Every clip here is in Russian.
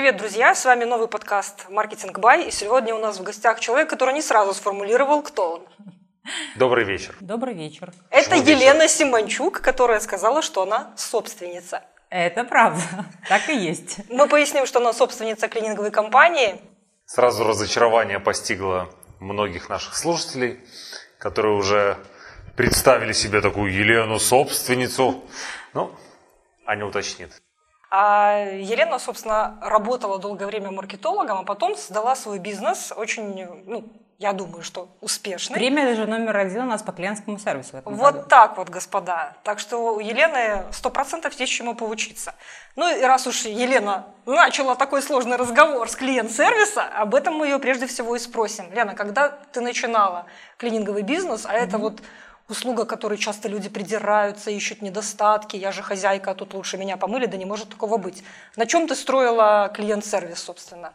Привет, друзья! С вами новый подкаст «Маркетинг Бай». И сегодня у нас в гостях человек, который не сразу сформулировал, кто он. Добрый вечер. Добрый вечер. Это Елена Симончук, которая сказала, что она собственница. Это правда, так и есть. Мы поясним, что она собственница клининговой компании. Сразу разочарование постигло многих наших слушателей, которые уже представили себе такую Елену собственницу. Ну, Аня уточнит. А Елена, собственно, работала долгое время маркетологом, а потом создала свой бизнес, очень, я думаю, что успешный. Премия же номер 1 у нас по клиентскому сервису в этом году. Вот так вот, господа. Так что у Елены 100% есть чему поучиться. Ну и раз уж Елена начала такой сложный разговор с клиент-сервиса, об этом мы ее прежде всего и спросим. Лена, когда ты начинала клининговый бизнес, а это вот услуга, которой часто люди придираются, ищут недостатки, я же хозяйка, а тут лучше меня помыли, да не может такого быть. На чем ты строила клиент-сервис, собственно?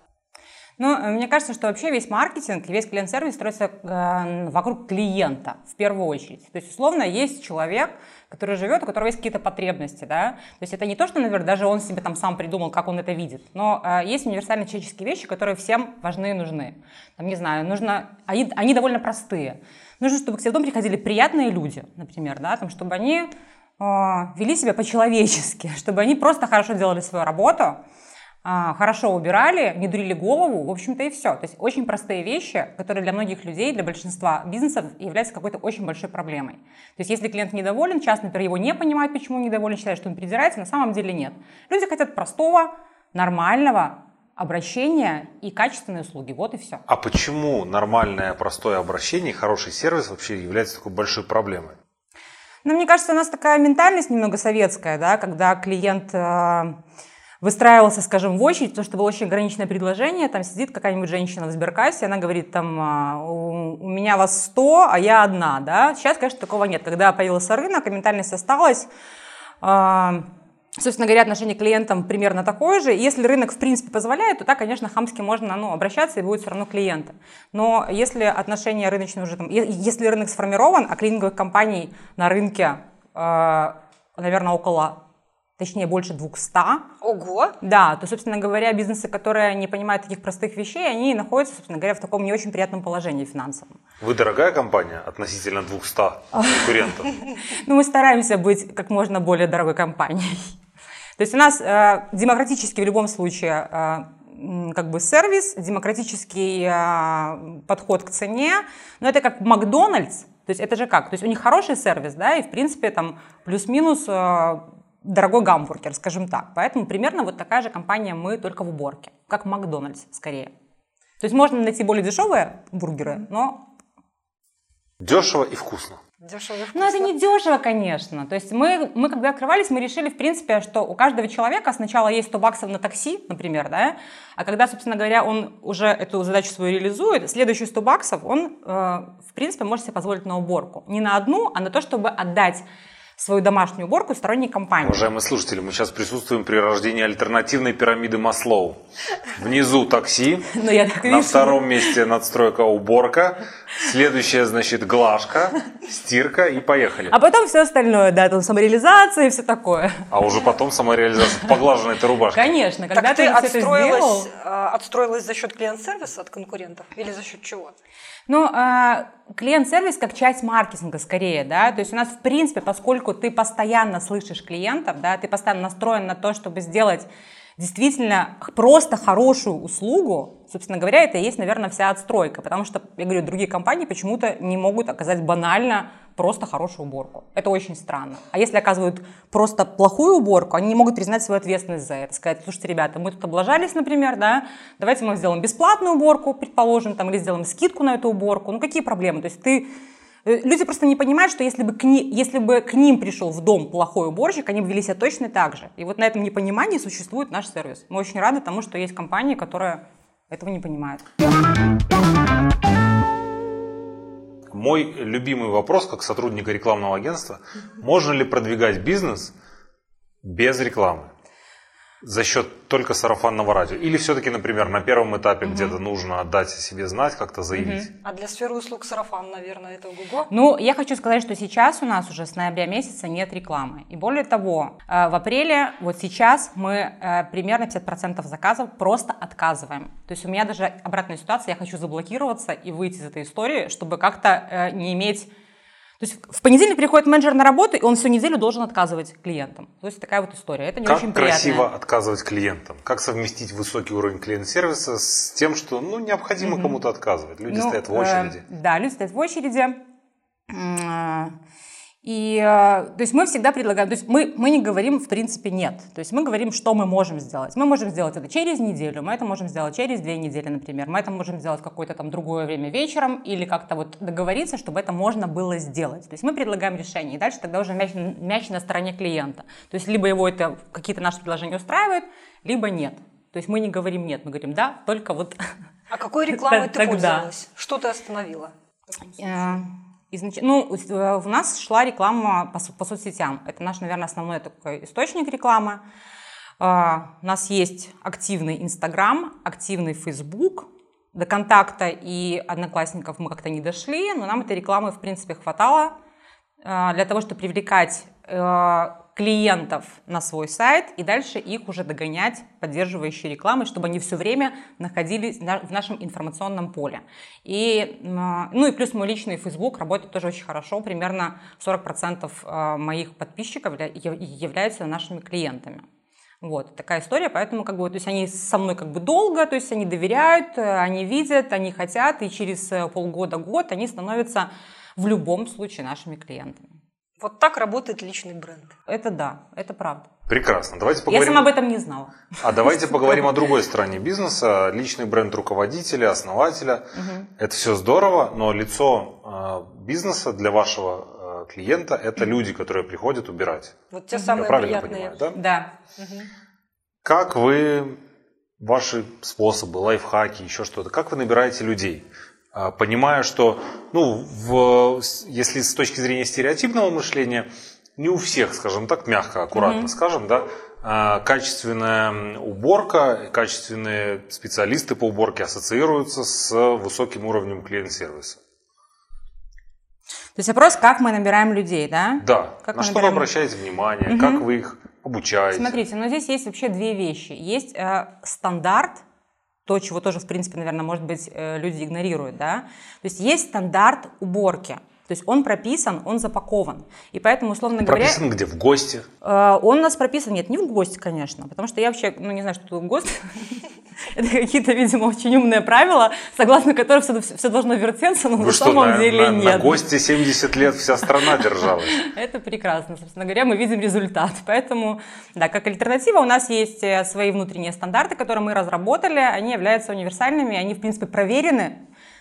Мне кажется, что вообще весь маркетинг и весь клиент-сервис строится вокруг клиента в первую очередь. То есть, условно, есть человек, который живет, у которого есть какие-то потребности, да. То есть это не то, что, наверное, даже он себе там сам придумал, как он это видит, но есть универсальные человеческие вещи, которые всем важны и нужны. Там, не знаю, они довольно простые. Нужно, чтобы к тебе в дом приходили приятные люди, например, да, там, чтобы они вели себя по-человечески, чтобы они просто хорошо делали свою работу, хорошо убирали, не дурили голову, в общем-то и все. То есть очень простые вещи, которые для многих людей, для большинства бизнесов являются какой-то очень большой проблемой. То есть если клиент недоволен, часто, например, его не понимает, почему он недоволен, считает, что он придирается, на самом деле нет. Люди хотят простого, нормального обращения и качественной услуги. Вот и все. А почему нормальное, простое обращение, хороший сервис вообще является такой большой проблемой? Мне кажется, у нас такая ментальность немного советская, да, когда клиент выстраивался, скажем, в очередь, потому что было очень ограниченное предложение, там сидит какая-нибудь женщина в сберкассе, она говорит, там, у меня вас 100, а я одна, да. Сейчас, конечно, такого нет. Когда появился рынок, и ментальность осталась, собственно говоря, отношение к клиентам примерно такое же. Если рынок, в принципе, позволяет, то, да, конечно, хамски можно обращаться, и будет все равно клиента. Но если отношения рыночные уже, если рынок сформирован, а клининговых компаний на рынке, наверное, точнее, больше 200. Ого! Да, то, собственно говоря, бизнесы, которые не понимают таких простых вещей, они находятся, собственно говоря, в таком не очень приятном положении финансовом. Вы дорогая компания относительно 200 конкурентов? Мы стараемся быть как можно более дорогой компанией. То есть у нас демократический в любом случае сервис, демократический подход к цене, но это как Макдональдс, то есть это же как? То есть у них хороший сервис, да, и в принципе там плюс-минус дорогой гамбургер, скажем так. Поэтому примерно вот такая же компания мы, только в уборке, как Макдональдс скорее. То есть можно найти более дешевые бургеры, но... Дешево и вкусно. Дешево и вкусно. Это не дешево, конечно. То есть мы когда открывались, мы решили, в принципе, что у каждого человека сначала есть $100 на такси, например, да, а когда, собственно говоря, он уже эту задачу свою реализует, следующие $100 он, в принципе, может себе позволить на уборку. Не на одну, а на то, чтобы отдать свою домашнюю уборку сторонней компании. Уважаемые слушатели, мы сейчас присутствуем при рождении альтернативной пирамиды Маслоу. Внизу такси, на втором месте надстройка уборка, следующая, значит, глажка, стирка и поехали. А потом все остальное, да, там самореализация и все такое. А уже потом самореализация поглаженной этой рубашки. Конечно, когда так ты все это сделал... отстроилась за счет клиент-сервиса от конкурентов или за счет чего? Клиент-сервис как часть маркетинга скорее, да, то есть у нас в принципе, поскольку ты постоянно слышишь клиентов, да, ты постоянно настроен на то, чтобы сделать действительно просто хорошую услугу, собственно говоря, это и есть, наверное, вся отстройка, потому что, я говорю, другие компании почему-то не могут оказать банально просто хорошую уборку. Это очень странно. А если оказывают просто плохую уборку, они не могут признать свою ответственность за это. Сказать, слушайте, ребята, мы тут облажались, например, да, давайте мы сделаем бесплатную уборку, предположим, там, или сделаем скидку на эту уборку. Какие проблемы? То есть люди просто не понимают, что если бы к ним пришел в дом плохой уборщик, они бы вели себя точно так же. И вот на этом непонимании существует наш сервис. Мы очень рады тому, что есть компании, которые этого не понимают. Мой любимый вопрос, как сотрудника рекламного агентства, можно ли продвигать бизнес без рекламы? за счет только сарафанного радио? Или все-таки, например, на первом этапе где-то нужно отдать о себе знать, как-то заявить? А для сферы услуг сарафан, наверное, это ого-го? Ну, я хочу сказать, что сейчас у нас уже с ноября месяца нет рекламы. И более того, в апреле, вот сейчас мы примерно 50% заказов просто отказываем. То есть у меня даже обратная ситуация, я хочу заблокироваться и выйти из этой истории, чтобы как-то не иметь... То есть в понедельник приходит менеджер на работу, и он всю неделю должен отказывать клиентам. То есть такая вот история. Это не очень приятно. Как красиво отказывать клиентам? Как совместить высокий уровень клиент-сервиса с тем, что необходимо кому-то отказывать? Люди стоят в очереди. Да, люди стоят в очереди. И то есть мы всегда предлагаем, то есть мы не говорим в принципе нет, то есть мы говорим, что мы можем сделать. Мы можем сделать это через неделю, мы это можем сделать через 2 недели, например, мы это можем сделать в какое-то там другое время вечером или как-то вот договориться, чтобы это можно было сделать. То есть мы предлагаем решение, и дальше тогда уже мяч на стороне клиента. То есть либо его это какие-то наши предложения устраивают, либо нет. То есть мы не говорим нет, мы говорим да, только вот. А какой рекламой ты пользовалась? Что ты остановила? Ну, у нас шла реклама по соцсетям. Это наш, наверное, основной такой источник рекламы. У нас есть активный Инстаграм, активный Фейсбук. До контакта и Одноклассников мы как-то не дошли, но нам этой рекламы, в принципе, хватало для того, чтобы привлекать клиентов на свой сайт и дальше их уже догонять поддерживающей рекламой, чтобы они все время находились в нашем информационном поле. Ну и плюс мой личный Facebook работает тоже очень хорошо. Примерно 40% моих подписчиков являются нашими клиентами. Вот такая история, поэтому то есть они со мной долго, то есть они доверяют, они видят, они хотят, и через полгода-год они становятся в любом случае нашими клиентами. Вот так работает личный бренд. Это да, это правда. Прекрасно. Давайте поговорим... Я сама об этом не знала. А давайте поговорим о другой стороне бизнеса. Личный бренд руководителя, основателя. Это все здорово, но лицо бизнеса для вашего клиента – это люди, которые приходят убирать. Вот те самые приятные. Понимаю, да? Да. Как вы, ваши способы, лайфхаки, еще что-то, как вы набираете людей? Понимая, что, если с точки зрения стереотипного мышления, не у всех, скажем так, мягко, аккуратно скажем, да, качественная уборка, качественные специалисты по уборке ассоциируются с высоким уровнем клиент-сервиса. То есть вопрос, как мы набираем людей, да? Да, на что вы обращаете внимание, как вы их обучаете? Смотрите, здесь есть вообще 2 вещи. Есть стандарт, то, чего тоже, в принципе, наверное, может быть, люди игнорируют, да. То есть стандарт уборки. То есть он прописан, он запакован. И поэтому, условно говоря... Прописан где? В ГОСТе? Он у нас прописан, нет, не в ГОСТе, конечно, потому что я вообще, не знаю, что такое ГОСТ. Это какие-то, видимо, очень умные правила, согласно которым все должно вертеться, но на самом деле нет. На ГОСТе 70 лет вся страна держалась. Это прекрасно. Собственно говоря, мы видим результат. Поэтому, да, как альтернатива у нас есть свои внутренние стандарты, которые мы разработали. Они являются универсальными, они, в принципе, проверены.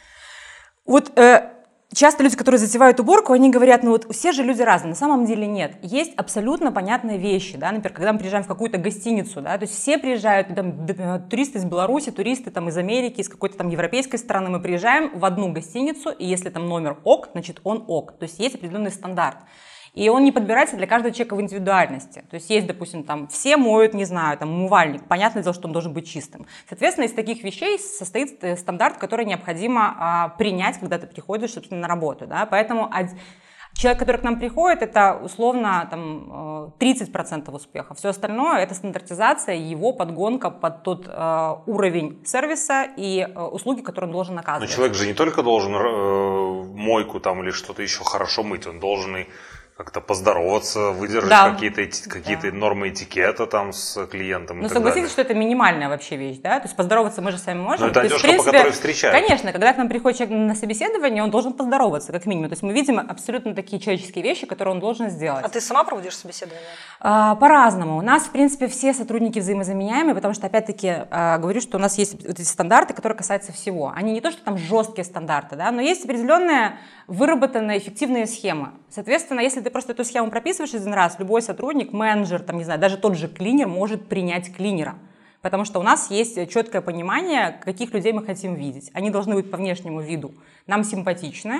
Часто люди, которые затевают уборку, они говорят, все же люди разные. На самом деле нет. Есть абсолютно понятные вещи, да, например, когда мы приезжаем в какую-то гостиницу, да, то есть все приезжают, туристы из Беларуси, туристы из Америки, из какой-то европейской страны, мы приезжаем в одну гостиницу, и если там номер ок, значит он ок. То есть есть определенный стандарт. И он не подбирается для каждого человека в индивидуальности. То есть есть, допустим, все моют, не знаю, умывальник. Понятное дело, что он должен быть чистым. Соответственно, из таких вещей состоит стандарт, который необходимо принять, когда ты приходишь, собственно, на работу. Да? Поэтому человек, который к нам приходит, это условно 30% успеха. Все остальное – это стандартизация, его подгонка под тот уровень сервиса и услуги, которые он должен оказывать. Но человек же не только должен мойку или что-то еще хорошо мыть, он должен и как-то поздороваться, выдержать какие-то нормы этикета с клиентом. Ну, согласитесь, что это минимальная вообще вещь, да? То есть поздороваться мы же сами можем. Но это одежда, по которой встречают. Конечно, когда к нам приходит человек на собеседование, он должен поздороваться, как минимум. То есть мы видим абсолютно такие человеческие вещи, которые он должен сделать. А ты сама проводишь собеседование? По-разному. У нас, в принципе, все сотрудники взаимозаменяемые, потому что, опять-таки, говорю, что у нас есть эти стандарты, которые касаются всего. Они не то, что жесткие стандарты, да, но есть определенные выработанные эффективные схемы. Соответственно, если ты просто эту схему прописываешь один раз, любой сотрудник, менеджер, даже тот же клинер может принять клинера. Потому что у нас есть четкое понимание, каких людей мы хотим видеть. Они должны быть по внешнему виду нам симпатичны,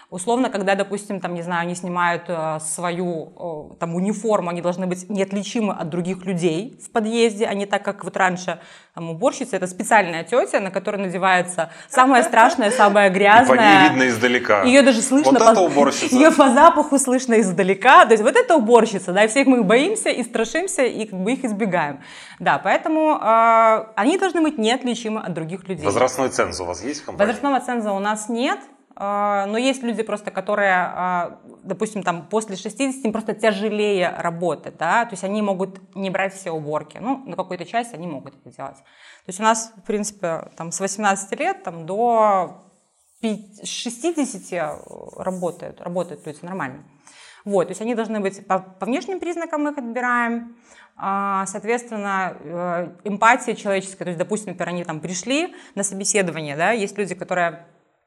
Условно, когда, допустим, там, не знаю, они снимают свою там униформу, они должны быть неотличимы от других людей в подъезде, а не так, как вот раньше там, уборщица. Это специальная тетя, на которой надевается самое страшное, самое грязное. И по ней видно издалека. Ее даже слышно, вот это уборщица. Ее по запаху слышно издалека. То есть вот это уборщица, да, и всех мы боимся и страшимся, и как бы их избегаем. Да, поэтому они должны быть неотличимы от других людей. Возрастной ценз у вас есть в компании? Возрастного ценза у нас нет. Но есть люди просто, которые, допустим, там после 60 им просто тяжелее работать, да, то есть они могут не брать все уборки, ну, на какой-то части они могут это делать. То есть у нас, в принципе, там с 18 лет там, до 60 работают люди нормально. Вот, то есть они должны быть, по внешним признакам мы их отбираем, соответственно, эмпатия человеческая, то есть, допустим, например, они там пришли на собеседование, да, есть люди, которые...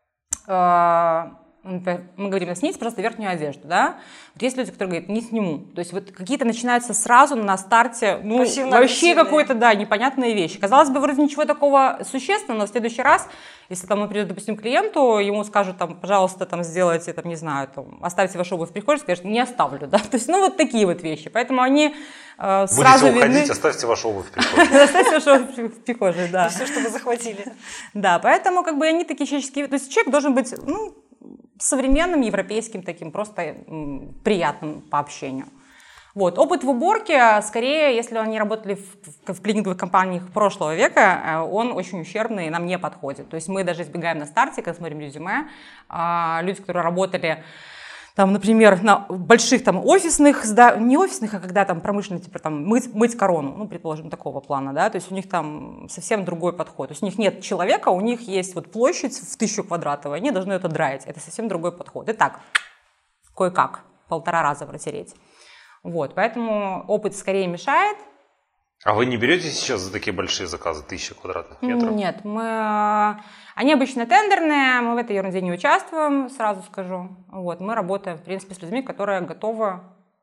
мы говорим, снимите просто верхнюю одежду, да? Вот есть люди, которые говорят, не сниму. То есть вот какие-то начинаются сразу на старте, ну, вообще какой-то, да, непонятные вещи. Казалось бы, вроде ничего такого существенного, но в следующий раз, если там мы придем, допустим, к клиенту, ему скажут, там, пожалуйста, там, сделайте, там, не знаю, там, оставьте вашу обувь в прихожей, скажут, не оставлю, да? То есть, ну, вот такие вот вещи. Поэтому они сразу видны. Будете уходить, оставьте вашу обувь в прихожей. Оставьте вашу обувь в прихожей, да. Все, что вы захватили. Да, поэтому как бы они такие человеческие, то есть человек должен быть, ну, современным, европейским таким, просто приятным по общению. Вот. Опыт в уборке, скорее, если они работали в клининговых компаниях прошлого века, он очень ущербный и нам не подходит. То есть мы даже избегаем на старте, когда смотрим резюме, люди, которые работали там, например, на больших там офисных, не офисных, а когда там промышленные, типа там мыть корону, ну, предположим, такого плана, да, то есть у них там совсем другой подход. То есть у них нет человека, у них есть вот площадь в 1000 квадратов, и они должны это драить. Это совсем другой подход. И так, кое-как, 1,5 раза протереть. Вот, поэтому опыт скорее мешает. А вы не берете сейчас за такие большие заказы, 1000 квадратных метров? Нет, они обычно тендерные, мы в этой ерунде не участвуем, сразу скажу. Вот, мы работаем, в принципе, с людьми, которые готовы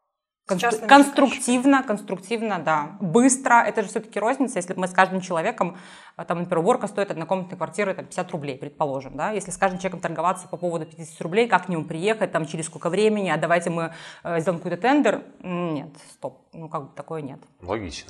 конструктивно, да, быстро. Это же все-таки розница, если мы с каждым человеком, там, например, уборка стоит однокомнатной квартиры там, 50 рублей, предположим, да, если с каждым человеком торговаться по поводу 50 рублей, как к нему приехать, там, через сколько времени, а давайте мы сделаем какой-то тендер, нет, стоп, ну, как бы такое нет. Логично.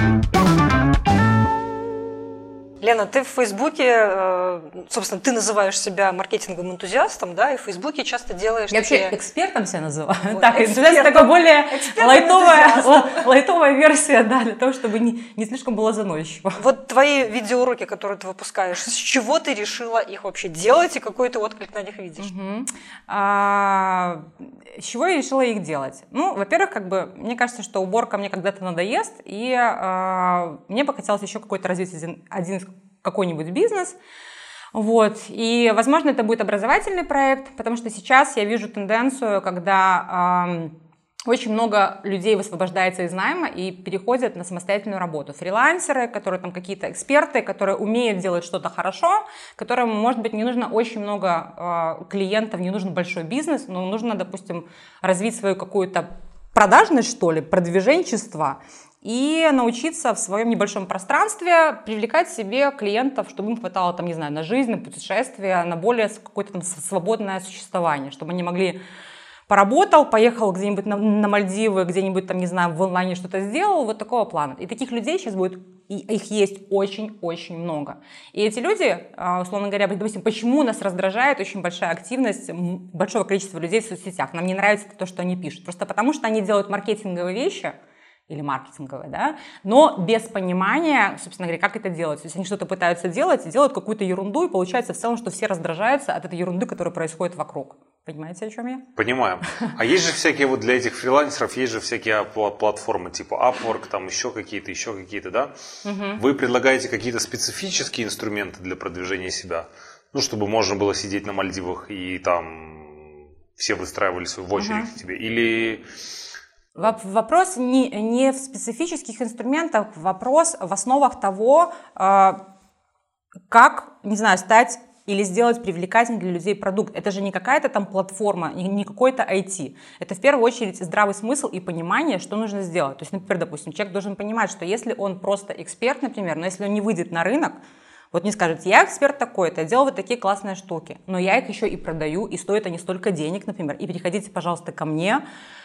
Лена, ты в Фейсбуке, собственно, ты называешь себя маркетинговым энтузиастом, да, и в Фейсбуке часто делаешь... Я вообще экспертом себя называю. Вот, так, энтузиаст такая более лайтовая версия, да, для того, чтобы не слишком было заносчиво. Вот твои видеоуроки, которые ты выпускаешь, с чего ты решила их вообще делать и какой ты отклик на них видишь? С чего я решила их делать? Ну, во-первых, как бы, мне кажется, что уборка мне когда-то надоест, и мне бы хотелось еще какой-то развить какой-нибудь бизнес. Вот. И, возможно, это будет образовательный проект, потому что сейчас я вижу тенденцию, когда очень много людей высвобождается из найма и переходят на самостоятельную работу. Фрилансеры, которые там какие-то эксперты, которые умеют делать что-то хорошо, которым, может быть, не нужно очень много клиентов, не нужен большой бизнес, но нужно, допустим, развить свою какую-то продажность, что ли, продвиженчество, и научиться в своем небольшом пространстве привлекать себе клиентов, чтобы им хватало, там, не знаю, на жизнь, на путешествия, на более какое-то там свободное существование, чтобы они могли поработал, поехал где-нибудь на Мальдивы, где-нибудь там, не знаю, в онлайне что-то сделал, вот такого плана. И таких людей сейчас будет, и их есть очень-очень много. И эти люди, условно говоря, допустим, почему нас раздражает очень большая активность большого количества людей в соцсетях? Нам не нравится то, что они пишут. Просто потому, что они делают маркетинговые вещи, или маркетинговые, да, но без понимания, собственно говоря, как это делать. То есть они что-то пытаются делать, и делают какую-то ерунду, и получается в целом, что все раздражаются от этой ерунды, которая происходит вокруг. Понимаете, о чем я? Понимаем. А есть же всякие вот для этих фрилансеров, есть же всякие платформы типа Upwork, там еще какие-то, да? Угу. Вы предлагаете какие-то специфические инструменты для продвижения себя? Ну, чтобы можно было сидеть на Мальдивах и там все выстраивались в очередь к тебе? Или... Вопрос не в специфических инструментах, вопрос в основах того, как, не знаю, стать или сделать привлекательным для людей продукт. Это же не какая-то там платформа, не какой-то IT. Это в первую очередь здравый смысл и понимание, что нужно сделать. То есть, например, допустим, человек должен понимать, что если он просто эксперт, например, но если он не выйдет на рынок, Вот мне скажут, я эксперт такой-то, я делаю вот такие классные штуки, но я их еще и продаю, и стоят они столько денег, например, и переходите, пожалуйста, ко мне,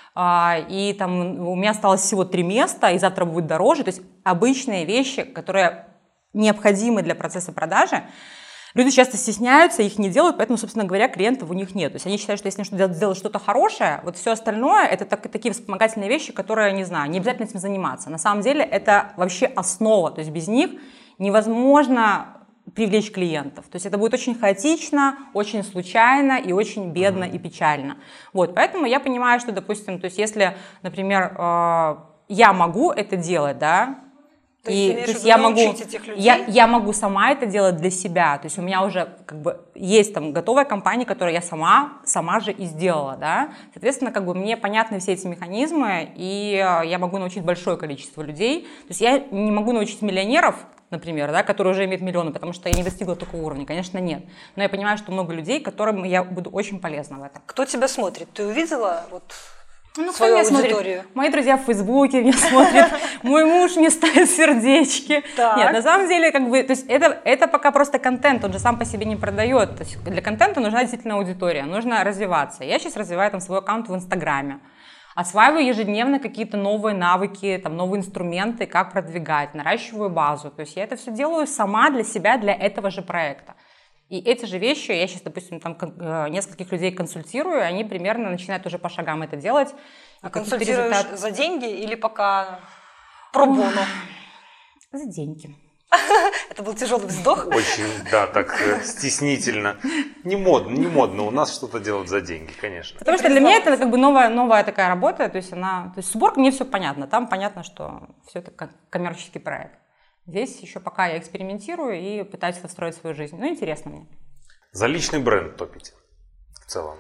и там у меня осталось всего 3 места, и завтра будет дороже. То есть обычные вещи, которые необходимы для процесса продажи, люди часто стесняются, их не делают, поэтому, собственно говоря, клиентов у них нет. То есть они считают, что если сделать что-то хорошее, вот все остальное – это такие вспомогательные вещи, которые, не знаю, не обязательно этим заниматься. На самом деле это вообще основа, то есть без них невозможно привлечь клиентов. То есть это будет очень хаотично, очень случайно и очень бедно и печально. Вот, поэтому я понимаю, что, допустим, то есть если, например, я могу это делать, да, то есть я могу сама это делать для себя. То есть у меня уже как бы есть там готовая компания, которую я сама же и сделала, да. Соответственно, как бы мне понятны все эти механизмы, и я могу научить большое количество людей. То есть я не могу научить миллионеров, например, да, которые уже имеют миллионы, потому что я не достигла такого уровня, конечно, нет. Но я понимаю, что много людей, которым я буду очень полезна в этом. Кто тебя смотрит? Ты увидела свою аудиторию? Смотрит? Мои друзья в Фейсбуке меня смотрят, мой муж мне ставит сердечки. Нет, на самом деле, как бы, то есть это пока просто контент, он же сам по себе не продает. То есть для контента нужна действительно аудитория, нужно развиваться. Я сейчас развиваю там свой аккаунт в Инстаграме. Осваиваю ежедневно какие-то новые навыки, там, новые инструменты, как продвигать, наращиваю базу. То есть я это все делаю сама для себя, для этого же проекта. И эти же вещи, я сейчас, допустим, там нескольких людей консультирую, и они примерно начинают уже по шагам это делать. А консультируешь за деньги или пока про боно? За деньги. Это был тяжелый вздох. Очень, да, так стеснительно. Не модно у нас что-то делать за деньги, конечно. Потому что для меня это как бы новая такая работа, то есть с уборкой мне все понятно, там понятно, что все это коммерческий проект. Здесь еще пока я экспериментирую и пытаюсь встроить свою жизнь. Ну, интересно мне. За личный бренд топите в целом?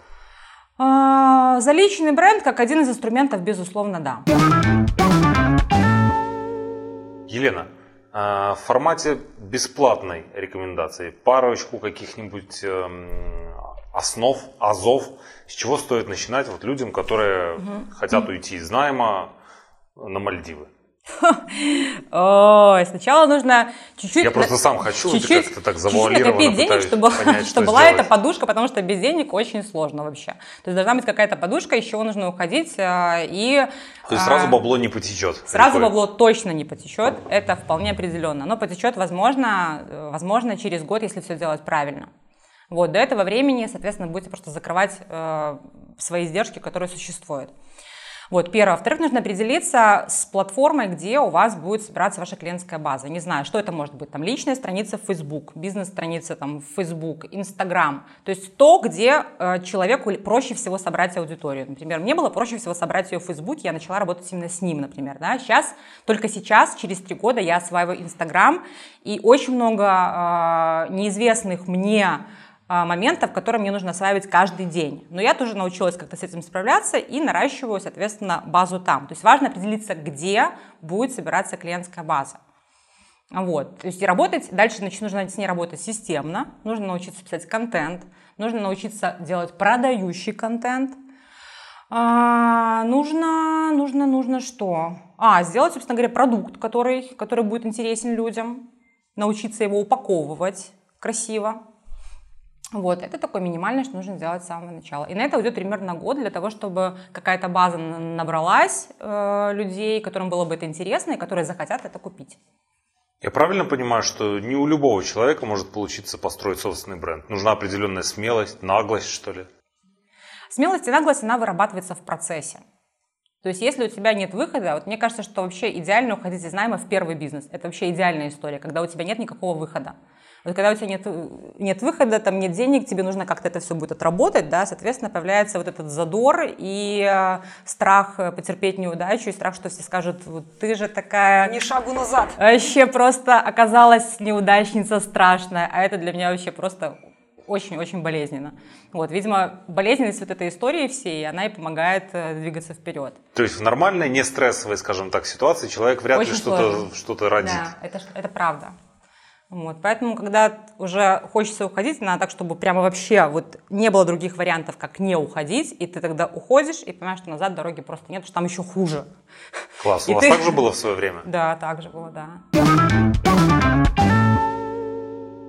За личный бренд как один из инструментов, безусловно, да. Елена, в формате бесплатной рекомендации парочку каких-нибудь основ, азов, с чего стоит начинать вот людям, которые хотят уйти из найма на Мальдивы? Ой, сначала нужно чуть-чуть... Я просто сам хочу, чуть-чуть как-то так завуалированно накопить денег, чтобы была сделать. эта подушка, потому что без денег очень сложно вообще. То есть должна быть какая-то подушка, из чего нужно уходить, и... То есть сразу бабло не потечет? Сразу бабло точно не потечет, это вполне определенно. Но потечет, возможно, через год, если все делать правильно. Вот, до этого времени, соответственно, будете просто закрывать свои издержки, которые существуют. Вот, первое. Во-вторых, нужно определиться с платформой, где у вас будет собираться ваша клиентская база. Не знаю, что это может быть. Там личная страница в Facebook, бизнес-страница там в Facebook, Instagram. То есть то, где человеку проще всего собрать аудиторию. Например, мне было проще всего собрать ее в Facebook, я начала работать именно с ним, например. Да? Только сейчас, через 3 года, я осваиваю Instagram, и очень много неизвестных мне моментов, которые мне нужно осваивать каждый день. Но я тоже научилась как-то с этим справляться и наращиваю, соответственно, базу там. То есть важно определиться, где будет собираться клиентская база. Вот. То есть дальше нужно с ней работать системно, нужно научиться писать контент, нужно научиться делать продающий контент. Нужно что? Сделать, собственно говоря, продукт, который будет интересен людям, научиться его упаковывать красиво. Вот, это такое минимальное, что нужно сделать с самого начала. И на это уйдет примерно год для того, чтобы какая-то база набралась людей, которым было бы это интересно и которые захотят это купить. Я правильно понимаю, что не у любого человека может получиться построить собственный бренд? Нужна определенная смелость, наглость, что ли? Смелость и наглость, она вырабатывается в процессе. То есть если у тебя нет выхода, вот мне кажется, что вообще идеально уходить из найма в первый бизнес. Это вообще идеальная история, когда у тебя нет никакого выхода. Вот когда у тебя нет выхода, там нет денег, тебе нужно как-то это все будет отработать, да, соответственно, появляется вот этот задор и страх потерпеть неудачу, и страх, что все скажут, вот ты же такая... Ни шагу назад. Вообще просто оказалась неудачница страшная, а это для меня вообще просто очень-очень болезненно. Вот, видимо, болезненность вот этой истории всей, она и помогает двигаться вперед. То есть в нормальной, не стрессовой, скажем так, ситуации человек вряд ли что-то родит. Да, это правда. Вот, поэтому, когда уже хочется уходить, надо так, чтобы прямо вообще вот не было других вариантов, как не уходить, и ты тогда уходишь и понимаешь, что назад дороги просто нет, что там еще хуже. Класс. У вас так же было в свое время? Да, так же было, да.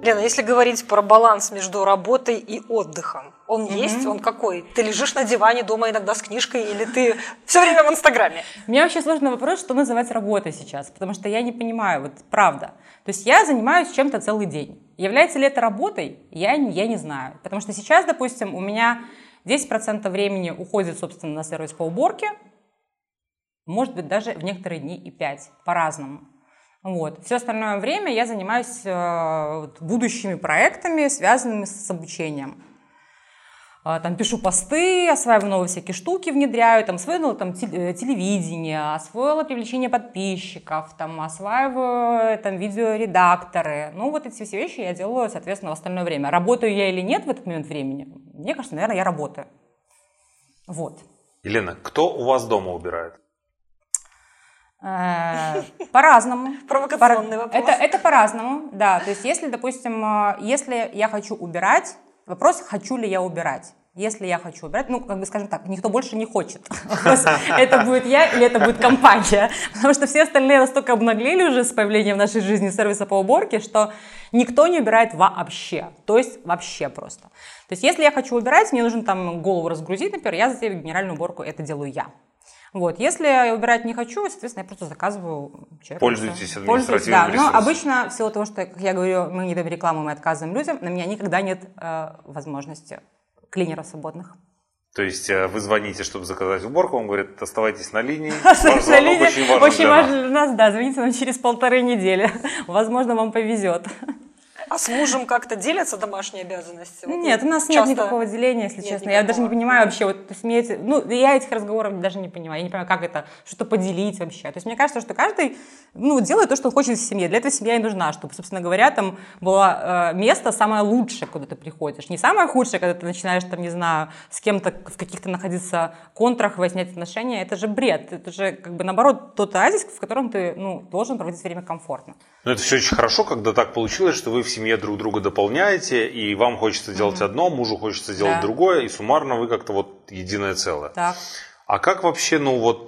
Лена, если говорить про баланс между работой и отдыхом, он есть? Он какой? Ты лежишь на диване дома иногда с книжкой или ты все время в Инстаграме? Мне вообще сложный вопрос, что называть работой сейчас, потому что я не понимаю, вот правда. То есть я занимаюсь чем-то целый день. Является ли это работой? Я не знаю. Потому что сейчас, допустим, у меня 10% времени уходит, собственно, на сервис по уборке, может быть, даже в некоторые дни и 5%, по-разному. Вот. Все остальное время я занимаюсь будущими проектами, связанными с обучением. Там пишу посты, осваиваю новые всякие штуки, внедряю, там, освоила там, телевидение, освоила привлечение подписчиков, там, осваиваю там, видеоредакторы. Ну, вот эти все вещи я делаю, соответственно, в остальное время. Работаю я или нет в этот момент времени? Мне кажется, наверное, я работаю. Вот. Елена, кто у вас дома убирает? По-разному. Провокационный вопрос. Это по-разному, да. То есть, если, допустим, если я хочу убирать, вопрос, хочу ли я убирать. Если я хочу убирать, ну, как бы, скажем так, никто больше не хочет. Вопрос, это будет я или это будет компания. Потому что все остальные настолько обнаглели уже с появлением в нашей жизни сервиса по уборке, что никто не убирает вообще. То есть, вообще просто. То есть, если я хочу убирать, мне нужно там голову разгрузить, например, я затею генеральную уборку, это делаю я. Вот. Если я убирать не хочу, соответственно, я просто заказываю человеку. Пользуйтесь административным ресурсом. Но обычно, в силу того, что, как я говорю, мы не даем рекламу, мы отказываем людям, на меня никогда нет возможности клинеров свободных. То есть вы звоните, чтобы заказать уборку, он говорит, оставайтесь на линии. Оставайтесь на линии. Очень важно для нас, да, звоните нам через 1,5 недели. Возможно, вам повезет. А с мужем как-то делятся домашние обязанности? Нет, у нас нет никакого деления, если честно. Я даже не понимаю вообще, вот, то есть, я этих разговоров даже не понимаю. Я не понимаю, как это, что-то поделить вообще. То есть мне кажется, что каждый делает то, что он хочет в семье. Для этого семья и нужна, чтобы, собственно говоря, там было место самое лучшее, куда ты приходишь. Не самое худшее, когда ты начинаешь, там, не знаю, с кем-то в каких-то находиться контрах, выяснять отношения. Это же бред. Это же, как бы, наоборот, тот оазис, в котором ты должен проводить время комфортно. Но это все очень хорошо, когда так получилось, что вы в семье друг друга дополняете, и вам хочется делать одно, мужу хочется делать другое, и суммарно вы как-то вот единое целое. Так. А как вообще,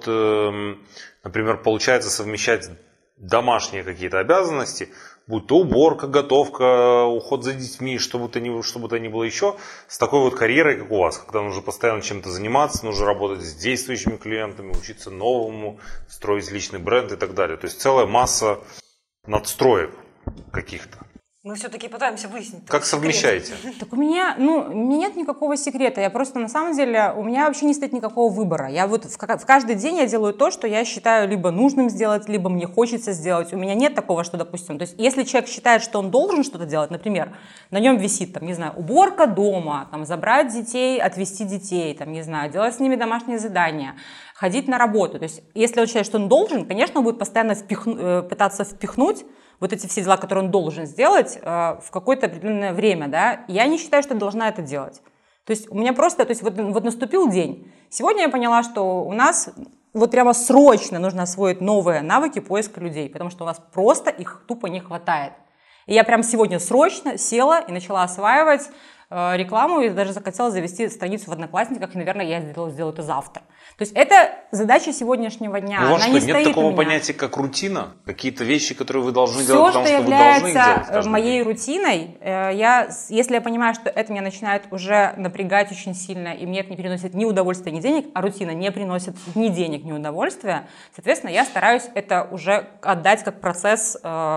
например, получается совмещать домашние какие-то обязанности, будь то уборка, готовка, уход за детьми, что бы то ни было еще, с такой вот карьерой, как у вас, когда нужно постоянно чем-то заниматься, нужно работать с действующими клиентами, учиться новому, строить личный бренд и так далее. То есть целая масса надстроек каких-то. Мы все-таки пытаемся выяснить. Как совмещаете? Так у меня нет никакого секрета. Я просто, на самом деле, у меня вообще не стоит никакого выбора. Я вот в каждый день я делаю то, что я считаю либо нужным сделать, либо мне хочется сделать. У меня нет такого, что, допустим, то есть если человек считает, что он должен что-то делать, например, на нем висит, там, не знаю, уборка дома, там, забрать детей, отвезти детей, там, не знаю, делать с ними домашние задания, ходить на работу. То есть если он считает, что он должен, конечно, он будет постоянно пытаться впихнуть вот эти все дела, которые он должен сделать в какое-то определенное время, да, я не считаю, что должна это делать. То есть у меня просто, то есть вот наступил день. Сегодня я поняла, что у нас вот прямо срочно нужно освоить новые навыки поиска людей, потому что у нас просто их тупо не хватает. И я прям сегодня срочно села и начала осваивать рекламу, и даже захотела завести страницу в Одноклассниках, и, наверное, я сделаю это завтра. То есть это задача сегодняшнего дня. У вас она что, нет такого понятия, как рутина? Какие-то вещи, которые вы должны все, делать, потому что вы должны их делать? Все, что является моей рутиной, если я понимаю, что это меня начинает уже напрягать очень сильно, и мне это не приносит ни удовольствия, ни денег, а рутина не приносит ни денег, ни удовольствия, соответственно, я стараюсь это уже отдать как процесс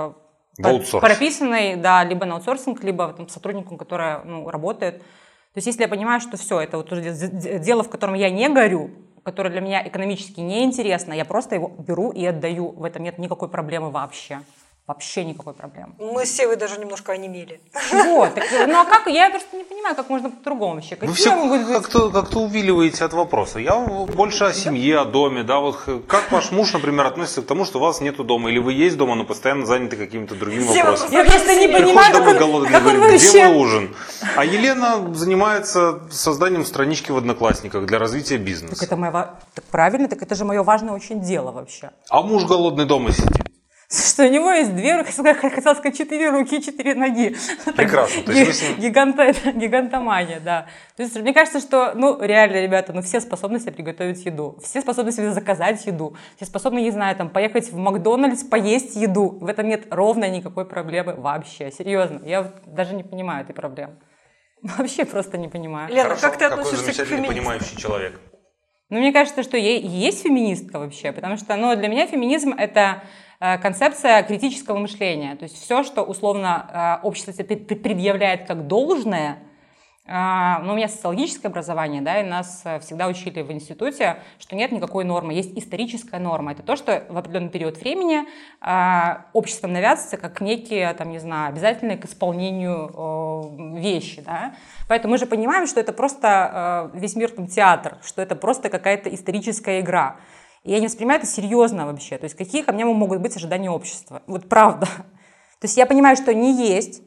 прописанный, да, либо на аутсорсинг, либо там, сотруднику, который работает. То есть если я понимаю, что все, это вот уже дело, в котором я не горю, которое для меня экономически неинтересно, я просто его беру и отдаю. В этом нет никакой проблемы вообще. Вообще никакой проблемы. Мы с Севой даже немножко онемели. Вот. А как? Я просто не понимаю, как можно по-другому вообще. Вы все как-то увиливаете от вопроса. Я больше о семье, о доме. Да? Вот как ваш муж, например, относится к тому, что у вас нету дома? Или вы есть дома, но постоянно заняты какими-то другими вопросами? Я просто не понимаю, как он говорит, где мой ужин? А Елена занимается созданием странички в Одноклассниках для развития бизнеса. Так правильно, так это же мое важное очень дело вообще. А муж голодный дома сидит. Что у него есть 2 руки, хотел сказать 4 руки, 4 ноги. Прекрасно. То есть Гигантомания, да. То есть мне кажется, что, реально, ребята, все способны себе приготовить еду, все способны себе заказать еду, все способны, не знаю, поехать в Макдональдс, поесть еду. В этом нет ровно никакой проблемы вообще, серьезно. Я даже не понимаю этой проблемы. Вообще просто не понимаю. Лена, хорошо, как ты какой относишься к замечательный, феминизму? понимающий человек. Мне кажется, что я есть феминистка вообще, потому что для меня феминизм — это концепция критического мышления. То есть все, что условно общество себе предъявляет как должное. У меня социологическое образование, да, и нас всегда учили в институте, что нет никакой нормы, есть историческая норма. Это то, что в определенный период времени обществом навязывается как некие, обязательные к исполнению вещи, да. Поэтому мы же понимаем, что это просто весь мир театр, что это просто какая-то историческая игра. И я не воспринимаю это серьезно вообще. То есть какие ко мне могут быть ожидания общества? Вот правда. То есть я понимаю, что они есть.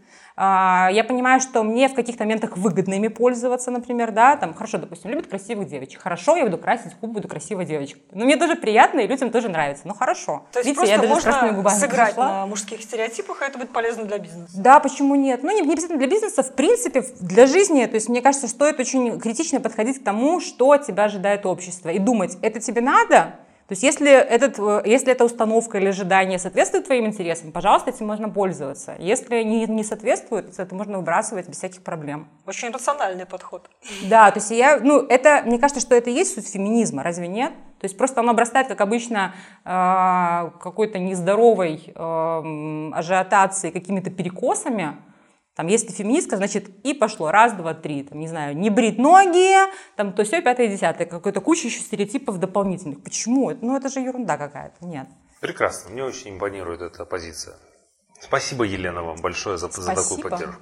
Я понимаю, что мне в каких-то моментах выгодно ими пользоваться, например, да, хорошо, допустим, любят красивых девочек, хорошо, я буду красить губы, буду красивой девочкой. Мне тоже приятно, и людям тоже нравится, хорошо. То есть видите, просто можно сыграть на мужских стереотипах, и это будет полезно для бизнеса. Да, почему нет? Не обязательно для бизнеса, в принципе, для жизни. То есть мне кажется, стоит очень критично подходить к тому, что от тебя ожидает общество, и думать, это тебе надо? То есть если эта установка или ожидание соответствует твоим интересам, пожалуйста, этим можно пользоваться. Если не соответствует, это можно выбрасывать без всяких проблем. Очень рациональный подход. Да, то есть мне кажется, что это и есть суть феминизма, разве нет? То есть просто он обрастает, как обычно, какой-то нездоровой ажиотацией, какими-то перекосами. Если феминистка, значит, и пошло. 1, 2, 3. Не брить ноги, то все, 5, 10. Какой-то куча еще стереотипов дополнительных. Почему? Это же ерунда какая-то. Нет. Прекрасно. Мне очень импонирует эта позиция. Спасибо, Елена, вам большое за такую поддержку.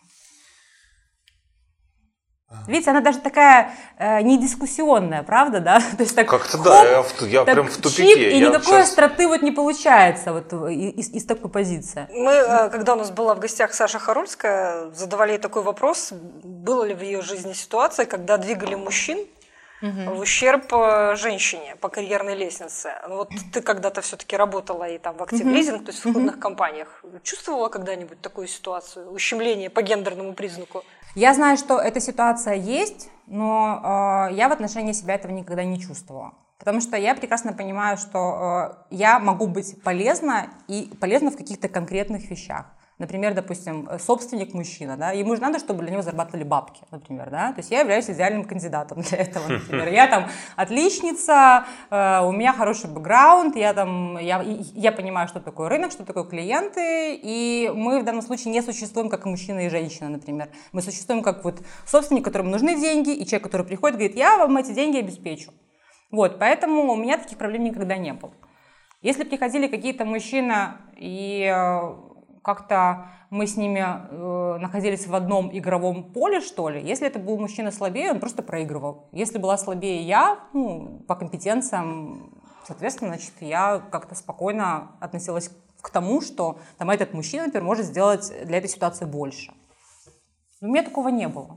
Видите, она даже такая недискуссионная, правда, да? То есть как-то да, я прям в тупике. И никакой остроты не получается из такой позиции. Мы, когда у нас была в гостях Саша Харульская, задавали ей такой вопрос, было ли в ее жизни ситуация, когда двигали мужчин в ущерб женщине по карьерной лестнице. Ты когда-то все-таки работала и в актив-лизинг, то есть в крупных компаниях. Чувствовала когда-нибудь такую ситуацию, ущемление по гендерному признаку? Я знаю, что эта ситуация есть, но я в отношении себя этого никогда не чувствовала. Потому что я прекрасно понимаю, что я могу быть полезна и полезна в каких-то конкретных вещах. Например, допустим, собственник мужчина, да, ему же надо, чтобы для него зарабатывали бабки, например, да, то есть я являюсь идеальным кандидатом для этого, например, я отличница, у меня хороший бэкграунд, я понимаю, что такое рынок, что такое клиенты, и мы в данном случае не существуем как и мужчина и женщина, например, мы существуем как собственник, которому нужны деньги, и человек, который приходит, говорит, я вам эти деньги обеспечу, поэтому у меня таких проблем никогда не было. Если приходили какие-то мужчины и как-то мы с ними находились в одном игровом поле, что ли. Если это был мужчина слабее, он просто проигрывал. Если была слабее я, по компетенциям, соответственно, значит, я как-то спокойно относилась к тому, что этот мужчина, например, может сделать для этой ситуации больше. У меня такого не было.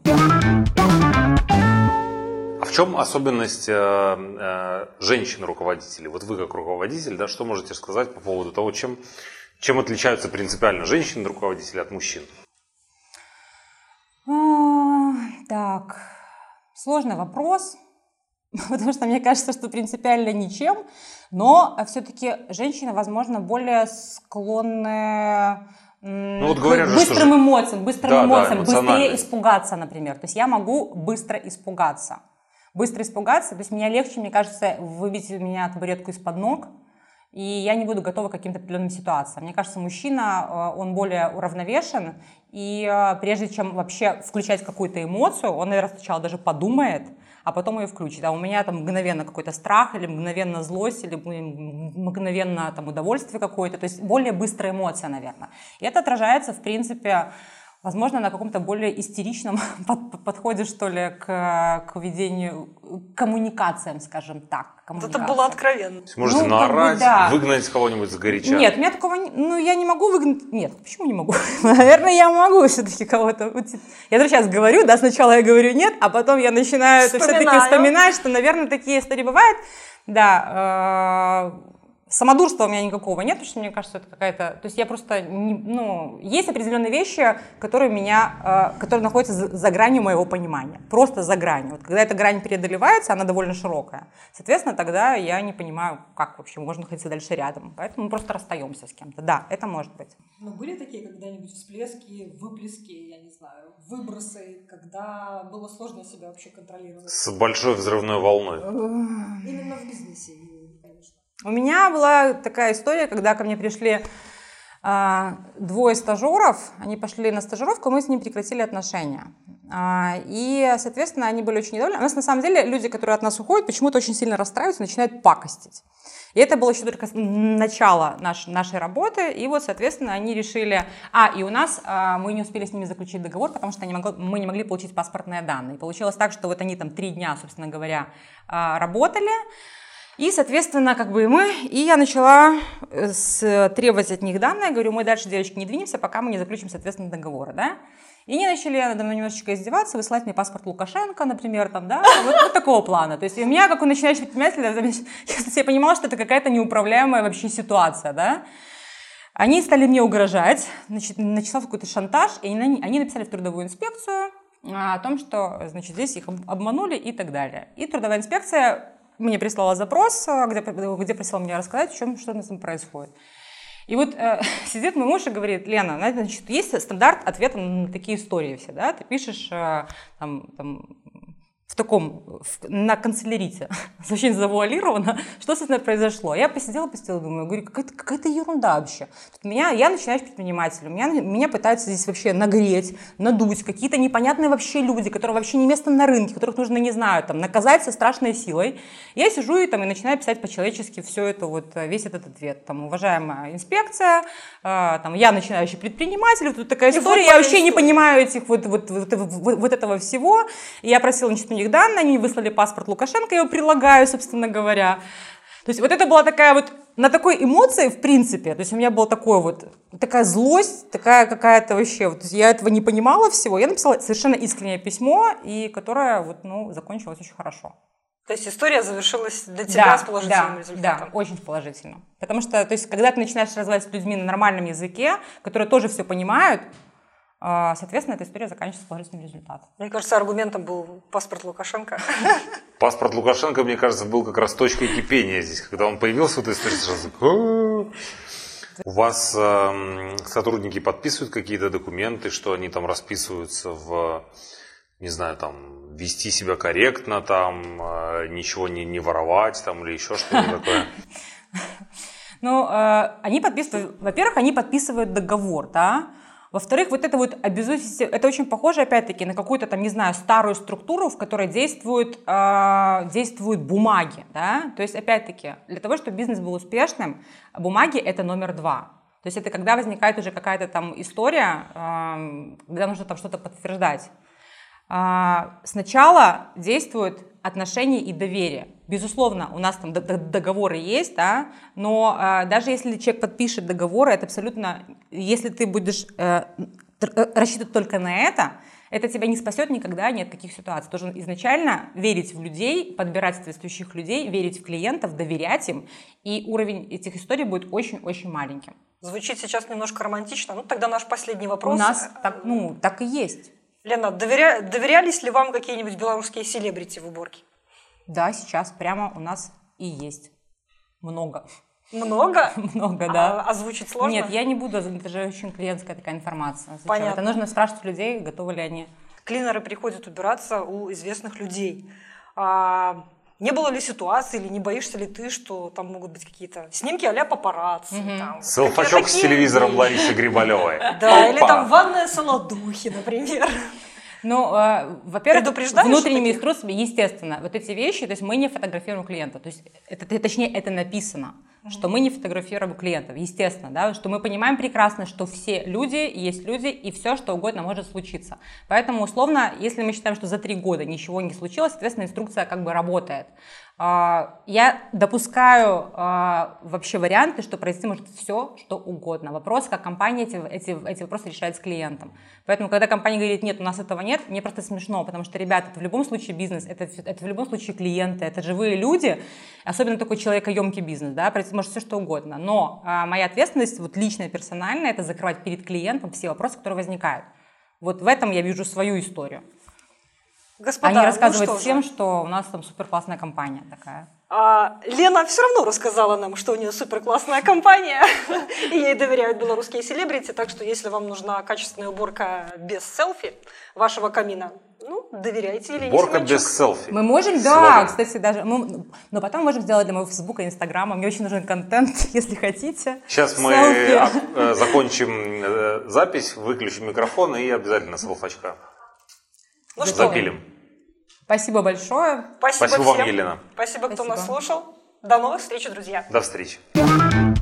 А в чем особенность женщин-руководителей? Вы как руководитель, да, что можете сказать по поводу того, чем отличаются принципиально женщины-руководители от мужчин? Так, сложный вопрос, потому что мне кажется, что принципиально ничем, но все-таки женщины, возможно, более склонны к быстрым эмоциям, быстрее испугаться, например. То есть я могу быстро испугаться. То есть мне легче, мне кажется, выбить меня табуретку из-под ног, и я не буду готова к каким-то определенным ситуациям. Мне кажется, мужчина, он более уравновешен, и прежде чем вообще включать какую-то эмоцию, он, наверное, сначала даже подумает, а потом ее включит. А у меня мгновенно какой-то страх, или мгновенно злость, или мгновенно удовольствие какое-то, то есть более быстрая эмоция, наверное. И это отражается, в принципе, возможно, на каком-то более истеричном подходе, что ли, к ведению, к коммуникациям, коммуникациям, скажем так. Это было откровенно. Можете наорать, выгнать кого-нибудь сгоряча? Нет, у меня такого я не могу выгнать. Нет, почему не могу? Наверное, я могу все-таки кого-то. Я даже сейчас говорю, да, сначала я говорю нет, а потом я начинаю это все-таки вспоминать, что, наверное, такие истории бывают. Да, Самодурства у меня никакого нет, потому что мне кажется, это какая-то... То есть я просто... есть определенные вещи, которые находятся за гранью моего понимания. Просто за гранью. Вот когда эта грань преодолевается, она довольно широкая. Соответственно, тогда я не понимаю, как вообще можно находиться дальше рядом. Поэтому мы просто расстаемся с кем-то. Да, это может быть. Но были такие когда-нибудь всплески, выплески, я не знаю, выбросы, когда было сложно себя вообще контролировать? С большой взрывной волной. Именно в бизнесе, конечно. У меня была такая история, когда ко мне пришли двое стажеров, они пошли на стажировку, мы с ними прекратили отношения. И, соответственно, они были очень недовольны. У нас, на самом деле, люди, которые от нас уходят, почему-то очень сильно расстраиваются, начинают пакостить. И это было еще только начало нашей работы, и вот, соответственно, они решили... и у нас мы не успели с ними заключить договор, потому что мы не могли получить паспортные данные. И получилось так, что вот они там 3 дня, собственно говоря, работали, и, соответственно, и я начала требовать от них данные, говорю, мы дальше, девочки, не двинемся, пока мы не заключим, соответственно, договоры, да. И они начали надо мной немножечко издеваться, высылать мне паспорт Лукашенко, например, там, да, вот такого плана. То есть у меня, как у начинающего предпринимателя, я понимала, что это какая-то неуправляемая вообще ситуация, да. Они стали мне угрожать, значит, начался какой-то шантаж, и они написали в трудовую инспекцию о том, что, значит, здесь их обманули и так далее. И трудовая инспекция мне прислала запрос, где просила меня рассказать, что у нас там происходит. И вот сидит мой муж и говорит, Лена, значит, есть стандарт ответа на такие истории все, да, ты пишешь на канцелярите, очень завуалировано, что с этим произошло. Я посидела, думаю, говорю, какая-то ерунда вообще. Я начинающий предприниматель, меня пытаются здесь вообще нагреть, надуть, какие-то непонятные вообще люди, которые вообще не место на рынке, которых нужно, не знаю, там, наказать со страшной силой. Я сижу и начинаю писать по-человечески все это, весь этот ответ. Уважаемая инспекция, я начинающий предприниматель, вот такая история, я вообще не понимаю этого всего. И я просила, значит, у них данные, они выслали паспорт Лукашенко, я его прилагаю, собственно говоря. То есть это была такая на такой эмоции, в принципе, то есть у меня была такая злость, такая какая-то вообще, то есть я этого не понимала всего, я написала совершенно искреннее письмо, и которое закончилось очень хорошо. То есть история завершилась для тебя с положительным результатом? Да, очень положительно. Потому что, то есть, когда ты начинаешь разговаривать с людьми на нормальном языке, которые тоже все понимают, соответственно, эта история заканчивается положительным результатом. Мне кажется, аргументом был паспорт Лукашенко. Паспорт Лукашенко, мне кажется, был как раз точкой кипения здесь. Когда он появился в этой истории, сразу... У вас сотрудники подписывают какие-то документы, что они там расписываются не знаю, там, вести себя корректно, там, ничего не воровать, там, или еще что-то такое? Они подписывают, во-первых, они подписывают договор, да. Во-вторых, обязательство, это очень похоже, опять-таки, на какую-то там, не знаю, старую структуру, в которой действуют бумаги, да. То есть, опять-таки, для того, чтобы бизнес был успешным, бумаги – это номер 2. То есть это когда возникает уже какая-то там история, когда нужно там что-то подтверждать. Сначала действуют отношения и доверие. Безусловно, у нас там договоры есть, да, но даже если человек подпишет договор, это абсолютно, если ты будешь рассчитывать только на это тебя не спасет никогда ни от каких ситуаций. Ты должен изначально верить в людей, подбирать соответствующих людей, верить в клиентов, доверять им, и уровень этих историй будет очень-очень маленьким. Звучит сейчас немножко романтично, тогда наш последний вопрос. У нас так и есть. Лена, доверялись ли вам какие-нибудь белорусские селебрити в уборке? Да, сейчас прямо у нас и есть. Много. Много? Много, да. А звучит сложно? Нет, я не буду, это же очень клиентская такая информация. Понятно. Это нужно спрашивать людей, готовы ли они. Клинеры приходят убираться у известных людей. Не было ли ситуации, или не боишься ли ты, что там могут быть какие-то снимки а-ля папарацци? Селфачок с телевизором Ларисы Грибалевой. Да, или там ванная солодухи, например. Во-первых, внутренними инструкциями, естественно, эти вещи, то есть мы не фотографируем клиента, то есть это написано, что мы не фотографируем клиентов, естественно, да, что мы понимаем прекрасно, что все люди есть люди, и все, что угодно может случиться. Поэтому, условно, если мы считаем, что за 3 года ничего не случилось, соответственно, инструкция работает. Я допускаю вообще варианты, что произойти может все, что угодно. Вопрос, как компания эти вопросы решает с клиентом. Поэтому, когда компания говорит, нет, у нас этого нет, мне просто смешно, потому что, ребята, это в любом случае бизнес, это в любом случае клиенты, это живые люди, особенно такой человекоемкий бизнес, да, произойти может все, что угодно. Но моя ответственность, вот личная, персональная, это закрывать перед клиентом все вопросы, которые возникают. Вот в этом я вижу свою историю. Господа, они рассказывают всем, что у нас там супер классная компания такая. Лена все равно рассказала нам, что у нее супер классная компания, и ей доверяют белорусские селебрити, так что если вам нужна качественная уборка без селфи вашего камина, доверяйте Елене Уборка Семенчук. без селфи. Мы можем, да, кстати, даже, но потом можем сделать для моего Фейсбука и Инстаграма. Мне очень нужен контент, если хотите. Сейчас мы закончим запись, выключим микрофон и обязательно селфачка. Запилим. Спасибо большое. Спасибо вам, Елена. Спасибо, кто нас слушал. До новых встреч, друзья. До встречи.